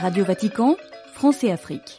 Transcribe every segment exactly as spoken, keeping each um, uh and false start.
Radio Vatican, France et Afrique.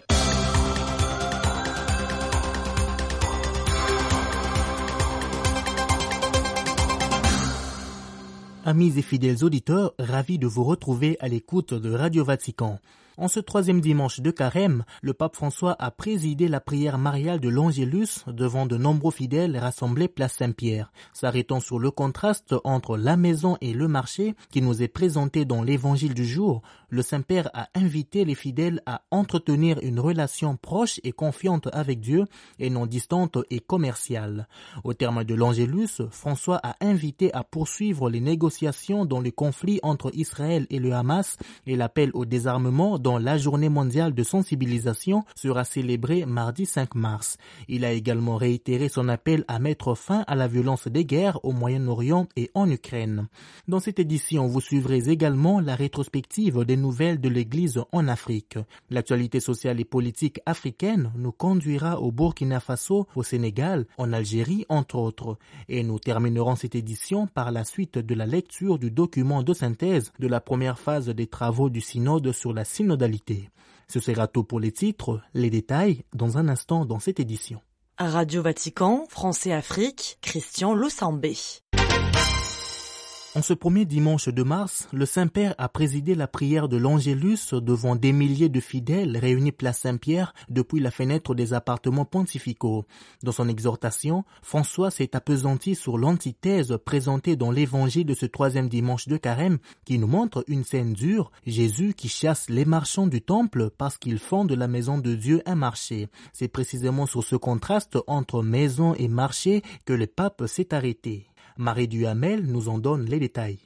Amis et fidèles auditeurs, ravis de vous retrouver à l'écoute de Radio Vatican. En ce troisième dimanche de Carême, le pape François a présidé la prière mariale de l'Angélus devant de nombreux fidèles rassemblés place Saint-Pierre. S'arrêtant sur le contraste entre la maison et le marché qui nous est présenté dans l'évangile du jour, le Saint-Père a invité les fidèles à entretenir une relation proche et confiante avec Dieu et non distante et commerciale. Au terme de l'Angélus, François a invité à poursuivre les négociations dans le conflit entre Israël et le Hamas et l'appel au désarmement dont la journée mondiale de sensibilisation sera célébrée mardi cinq mars. Il a également réitéré son appel à mettre fin à la violence des guerres au Moyen-Orient et en Ukraine. Dans cette édition, vous suivrez également la rétrospective des nouvelles de l'Église en Afrique. L'actualité sociale et politique africaine nous conduira au Burkina Faso, au Sénégal, en Algérie, entre autres. Et nous terminerons cette édition par la suite de la lecture du document de synthèse de la première phase des travaux du synode sur la synodalité. Ce sera tout pour les titres, les détails dans un instant dans cette édition. Radio Vatican, France et Afrique, Christian Losambé. En ce premier dimanche de mars, le Saint-Père a présidé la prière de l'Angélus devant des milliers de fidèles réunis place Saint-Pierre depuis la fenêtre des appartements pontificaux. Dans son exhortation, François s'est appesanti sur l'antithèse présentée dans l'évangile de ce troisième dimanche de Carême qui nous montre une scène dure, Jésus qui chasse les marchands du temple parce qu'ils font de la maison de Dieu un marché. C'est précisément sur ce contraste entre maison et marché que le pape s'est arrêté. Marie Duhamel nous en donne les détails.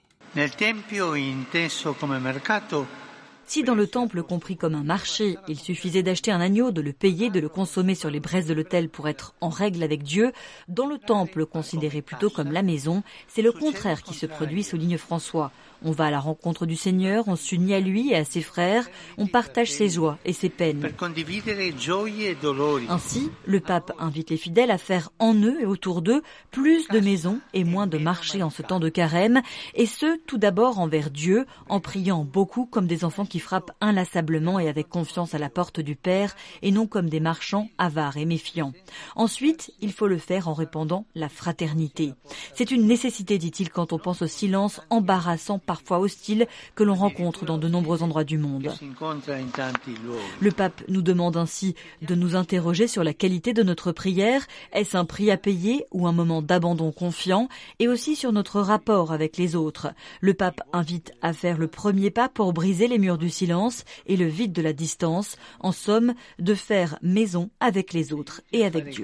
Si dans le temple compris comme un marché, il suffisait d'acheter un agneau, de le payer, de le consommer sur les braises de l'autel pour être en règle avec Dieu, dans le temple considéré plutôt comme la maison, c'est le contraire qui se produit, souligne François. On va à la rencontre du Seigneur, on s'unit à lui et à ses frères, on partage ses joies et ses peines. Ainsi, le pape invite les fidèles à faire en eux et autour d'eux plus de maisons et moins de marchés en ce temps de carême, et ce, tout d'abord envers Dieu, en priant beaucoup comme des enfants qui frappent inlassablement et avec confiance à la porte du Père, et non comme des marchands avares et méfiants. Ensuite, il faut le faire en répandant la fraternité. C'est une nécessité, dit-il, quand on pense au silence embarrassant, parfois hostile, que l'on rencontre dans de nombreux endroits du monde. Le pape nous demande ainsi de nous interroger sur la qualité de notre prière. Est-ce un prix à payer ou un moment d'abandon confiant? Et aussi sur notre rapport avec les autres. Le pape invite à faire le premier pas pour briser les murs du silence et le vide de la distance. En somme, de faire maison avec les autres et avec Dieu.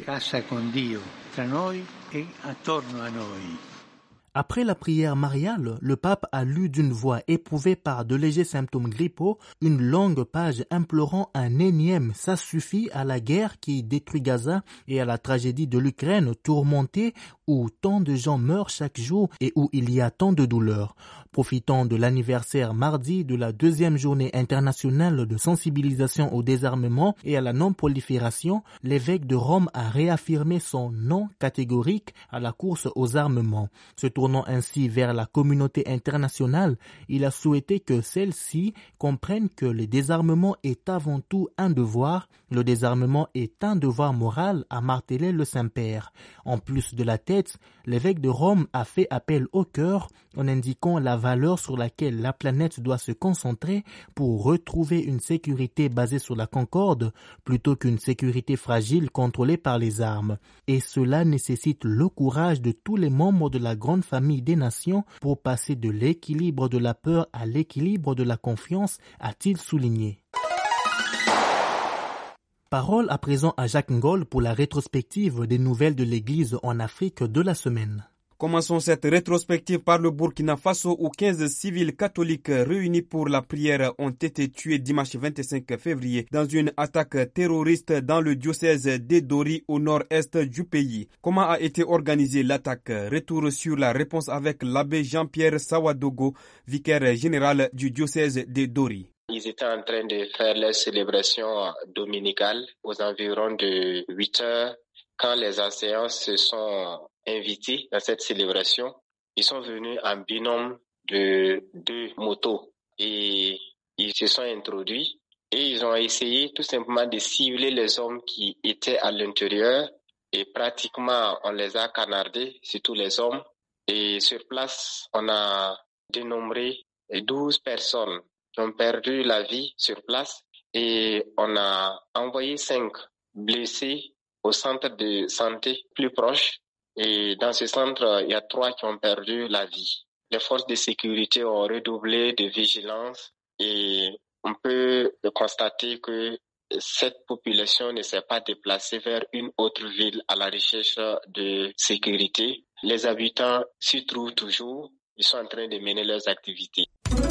Après la prière mariale, le pape a lu d'une voix éprouvée par de légers symptômes grippaux une longue page implorant un énième ça suffit à la guerre qui détruit Gaza et à la tragédie de l'Ukraine tourmentée où tant de gens meurent chaque jour et où il y a tant de douleurs. Profitant de l'anniversaire mardi de la deuxième journée internationale de sensibilisation au désarmement et à la non-prolifération, l'évêque de Rome a réaffirmé son non catégorique à la course aux armements. Se tournant ainsi vers la communauté internationale, il a souhaité que celle-ci comprenne que le désarmement est avant tout un devoir. Le désarmement est un devoir moral, a martelé le Saint-Père. En plus de la tête, l'évêque de Rome a fait appel au cœur en indiquant la valeur sur laquelle la planète doit se concentrer pour retrouver une sécurité basée sur la concorde plutôt qu'une sécurité fragile contrôlée par les armes. Et cela nécessite le courage de tous les membres de la grande famille des nations pour passer de l'équilibre de la peur à l'équilibre de la confiance, a-t-il souligné. Parole à présent à Jacques Ngol pour la rétrospective des nouvelles de l'Église en Afrique de la semaine. Commençons cette rétrospective par le Burkina Faso où quinze civils catholiques réunis pour la prière ont été tués dimanche vingt-cinq février dans une attaque terroriste dans le diocèse d'Edori au nord-est du pays. Comment a été organisée l'attaque? Retour sur la réponse avec l'abbé Jean-Pierre Sawadogo, vicaire général du diocèse d'Edori. Ils étaient en train de faire leur célébration dominicale aux environs de huit heures quand les enseignants se sont invités dans cette célébration. Ils sont venus en binôme de deux motos et ils se sont introduits et ils ont essayé tout simplement de cibler les hommes qui étaient à l'intérieur et pratiquement on les a canardés, surtout les hommes. Et sur place, on a dénombré douze personnes qui ont perdu la vie sur place et on a envoyé cinq blessés au centre de santé plus proche. Et dans ce centre, il y a trois qui ont perdu la vie. Les forces de sécurité ont redoublé de vigilance et on peut constater que cette population ne s'est pas déplacée vers une autre ville à la recherche de sécurité. Les habitants s'y trouvent toujours, ils sont en train de mener leurs activités.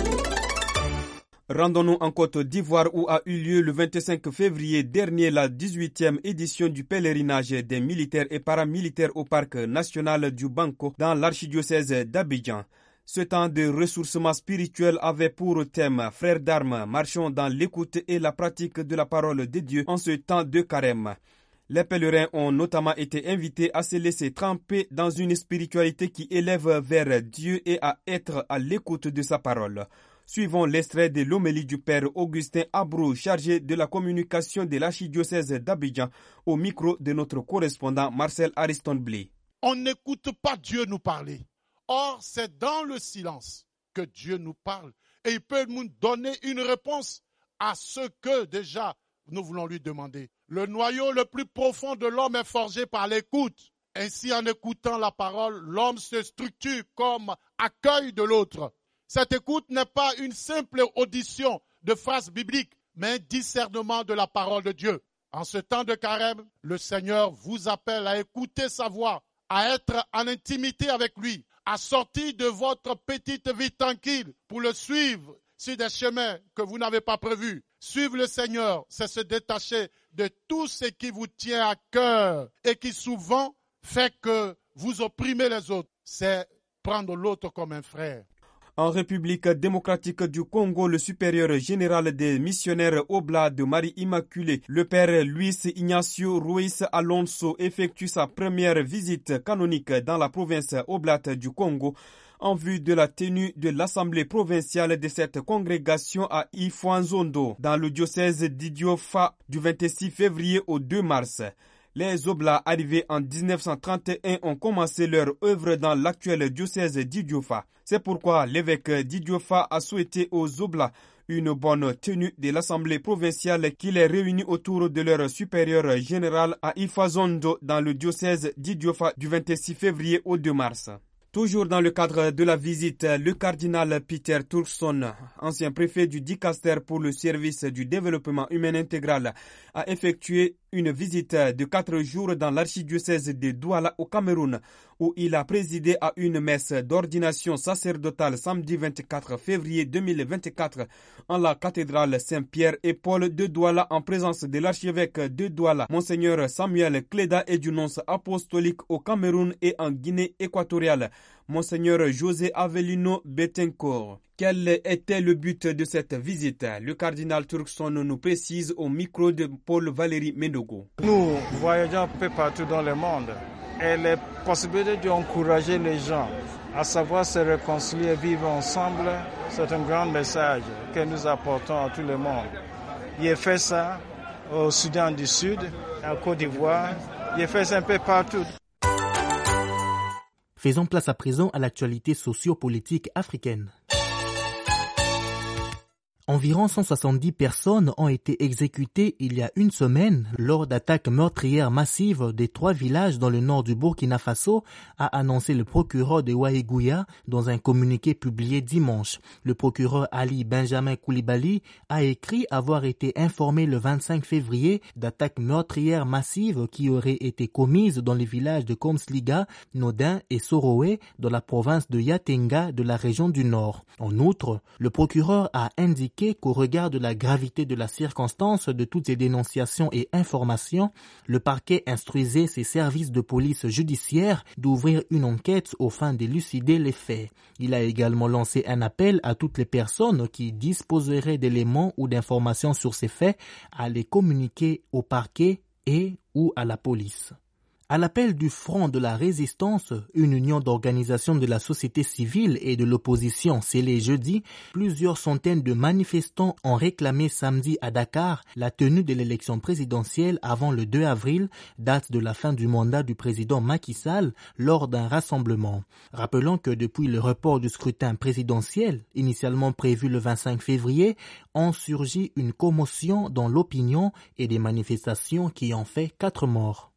Rendons-nous en Côte d'Ivoire où a eu lieu le vingt-cinq février dernier la dix-huitième édition du pèlerinage des militaires et paramilitaires au parc national du Banco dans l'archidiocèse d'Abidjan. Ce temps de ressourcement spirituel avait pour thème « Frères d'armes, marchons dans l'écoute et la pratique de la parole de Dieu en ce temps de carême ». Les pèlerins ont notamment été invités à se laisser tremper dans une spiritualité qui élève vers Dieu et à être à l'écoute de sa parole. Suivons l'extrait de l'homélie du père Augustin Abrou, chargé de la communication de l'archidiocèse d'Abidjan, au micro de notre correspondant Marcel Ariston Blé. On n'écoute pas Dieu nous parler. Or, c'est dans le silence que Dieu nous parle et il peut nous donner une réponse à ce que déjà nous voulons lui demander. Le noyau le plus profond de l'homme est forgé par l'écoute. Ainsi, en écoutant la parole, l'homme se structure comme accueil de l'autre. Cette écoute n'est pas une simple audition de phrases bibliques, mais un discernement de la parole de Dieu. En ce temps de carême, le Seigneur vous appelle à écouter sa voix, à être en intimité avec lui, à sortir de votre petite vie tranquille pour le suivre sur des chemins que vous n'avez pas prévus. Suivre le Seigneur, c'est se détacher de tout ce qui vous tient à cœur et qui souvent fait que vous opprimez les autres. C'est prendre l'autre comme un frère. En République démocratique du Congo, le supérieur général des missionnaires Oblats de Marie Immaculée, le père Luis Ignacio Ruiz Alonso, effectue sa première visite canonique dans la province oblate du Congo en vue de la tenue de l'assemblée provinciale de cette congrégation à Ifuanzondo, dans le diocèse d'Idiofa du vingt-six février au deux mars. Les Oblats arrivés en dix-neuf cent trente et un ont commencé leur œuvre dans l'actuel diocèse d'Idiofa. C'est pourquoi l'évêque d'Idiofa a souhaité aux Oblats une bonne tenue de l'assemblée provinciale qui les réunit autour de leur supérieur général à Ifuanzondo dans le diocèse d'Idiofa du vingt-six février au deux mars. Toujours dans le cadre de la visite, le cardinal Peter Turkson, ancien préfet du Dicaster pour le service du développement humain intégral, a effectué une visite de quatre jours dans l'archidiocèse de Douala au Cameroun, où il a présidé à une messe d'ordination sacerdotale samedi vingt-quatre février deux mille vingt-quatre en la cathédrale Saint-Pierre et Paul de Douala en présence de l'archevêque de Douala, Monseigneur Samuel Cléda et du nonce apostolique au Cameroun et en Guinée équatoriale, Monseigneur José Avelino Betancourt. Quel était le but de cette visite? Le cardinal Turkson nous précise au micro de Paul Valéry Mendogo. Nous voyageons un peu partout dans le monde et les possibilités d'encourager les gens à savoir se réconcilier, vivre ensemble, c'est un grand message que nous apportons à tout le monde. Il a fait ça au Soudan du Sud, en Côte d'Ivoire, il a fait ça un peu partout. Faisons place à présent à l'actualité socio-politique africaine. Environ cent soixante-dix personnes ont été exécutées il y a une semaine lors d'attaques meurtrières massives des trois villages dans le nord du Burkina Faso, a annoncé le procureur de Ouaïgouya dans un communiqué publié dimanche. Le procureur Ali Benjamin Koulibaly a écrit avoir été informé le vingt-cinq février d'attaques meurtrières massives qui auraient été commises dans les villages de Komsliga, Nodin et Soroé dans la province de Yatenga de la région du Nord. En outre, le procureur a indiqué qu'au regard de la gravité de la circonstance de toutes ces dénonciations et informations, le parquet instruisait ses services de police judiciaire d'ouvrir une enquête aux fins d'élucider les faits. Il a également lancé un appel à toutes les personnes qui disposeraient d'éléments ou d'informations sur ces faits à les communiquer au parquet et ou à la police. À l'appel du Front de la Résistance, une union d'organisations de la société civile et de l'opposition scellée jeudi, plusieurs centaines de manifestants ont réclamé samedi à Dakar la tenue de l'élection présidentielle avant le deux avril, date de la fin du mandat du président Macky Sall, lors d'un rassemblement. Rappelons que depuis le report du scrutin présidentiel, initialement prévu le vingt-cinq février, ont surgi une commotion dans l'opinion et des manifestations qui ont fait quatre morts.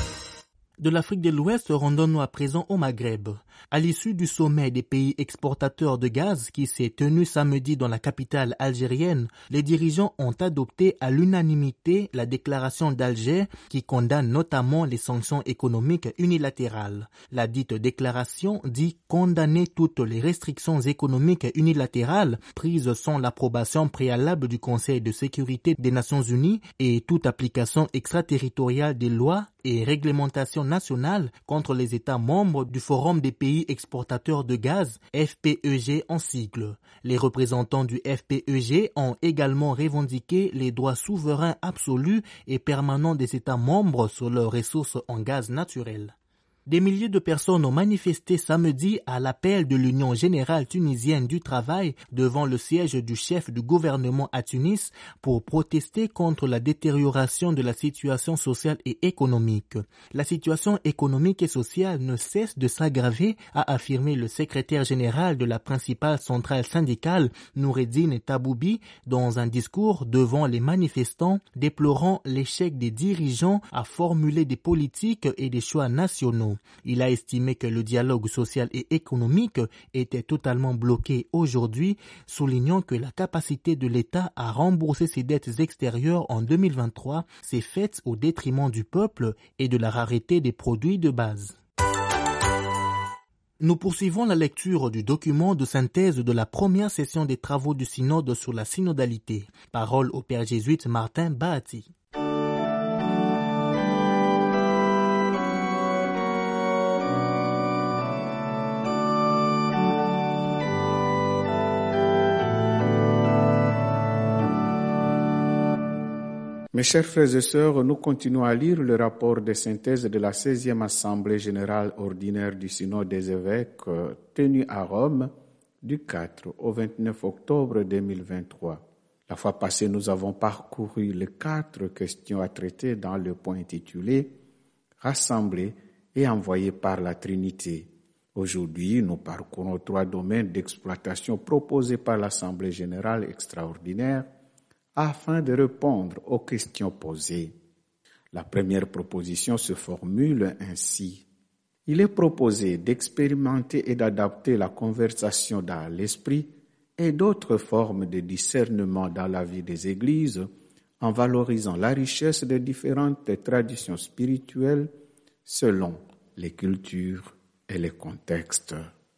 De l'Afrique de l'Ouest, rendons-nous à présent au Maghreb. À l'issue du sommet des pays exportateurs de gaz qui s'est tenu samedi dans la capitale algérienne, les dirigeants ont adopté à l'unanimité la déclaration d'Alger qui condamne notamment les sanctions économiques unilatérales. La dite déclaration dit condamner toutes les restrictions économiques unilatérales prises sans l'approbation préalable du Conseil de sécurité des Nations Unies et toute application extraterritoriale des lois et réglementations nationales contre les États membres du Forum des pays exportateurs de gaz, F P E G en sigle. Les représentants du F P E G ont également revendiqué les droits souverains absolus et permanents des États membres sur leurs ressources en gaz naturel. Des milliers de personnes ont manifesté samedi à l'appel de l'Union générale tunisienne du travail devant le siège du chef du gouvernement à Tunis pour protester contre la détérioration de la situation sociale et économique. La situation économique et sociale ne cesse de s'aggraver, a affirmé le secrétaire général de la principale centrale syndicale, Noureddine Taboubi, dans un discours devant les manifestants, déplorant l'échec des dirigeants à formuler des politiques et des choix nationaux. Il a estimé que le dialogue social et économique était totalement bloqué aujourd'hui, soulignant que la capacité de l'État à rembourser ses dettes extérieures en deux mille vingt-trois s'est faite au détriment du peuple et de la rareté des produits de base. Nous poursuivons la lecture du document de synthèse de la première session des travaux du synode sur la synodalité. Parole au père jésuite Martin Bahati. Mes chers frères et sœurs, nous continuons à lire le rapport de synthèse de la seizième Assemblée générale ordinaire du Synode des évêques tenue à Rome du quatre au vingt-neuf octobre deux mille vingt-trois. La fois passée, nous avons parcouru les quatre questions à traiter dans le point intitulé « Rassemblés et envoyés par la Trinité ». Aujourd'hui, nous parcourons trois domaines d'exploitation proposés par l'Assemblée générale extraordinaire afin de répondre aux questions posées. La première proposition se formule ainsi. Il est proposé d'expérimenter et d'adapter la conversation dans l'esprit et d'autres formes de discernement dans la vie des églises en valorisant la richesse des différentes traditions spirituelles selon les cultures et les contextes.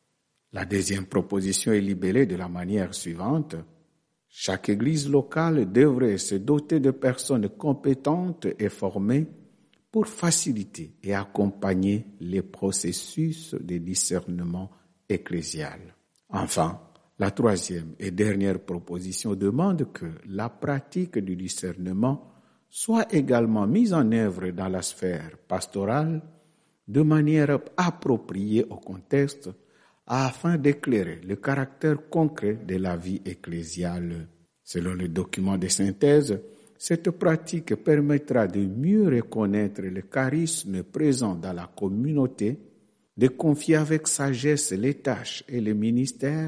La deuxième proposition est libellée de la manière suivante. Chaque église locale devrait se doter de personnes compétentes et formées pour faciliter et accompagner les processus de discernement ecclésial. Enfin, la troisième et dernière proposition demande que la pratique du discernement soit également mise en œuvre dans la sphère pastorale de manière appropriée au contexte afin d'éclairer le caractère concret de la vie ecclésiale. Selon le document de synthèse, cette pratique permettra de mieux reconnaître le charisme présent dans la communauté, de confier avec sagesse les tâches et les ministères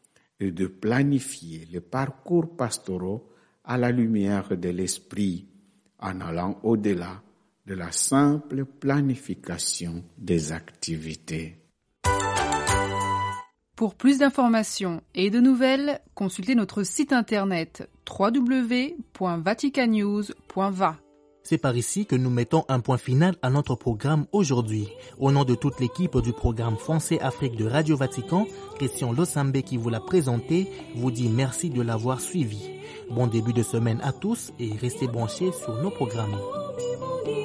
et de planifier les parcours pastoraux à la lumière de l'esprit, en allant au-delà de la simple planification des activités. Pour plus d'informations et de nouvelles, consultez notre site internet w w w point vatican news point v a. C'est par ici que nous mettons un point final à notre programme aujourd'hui. Au nom de toute l'équipe du programme Français Afrique de Radio Vatican, Christian Losambe qui vous l'a présenté, vous dit merci de l'avoir suivi. Bon début de semaine à tous et restez branchés sur nos programmes.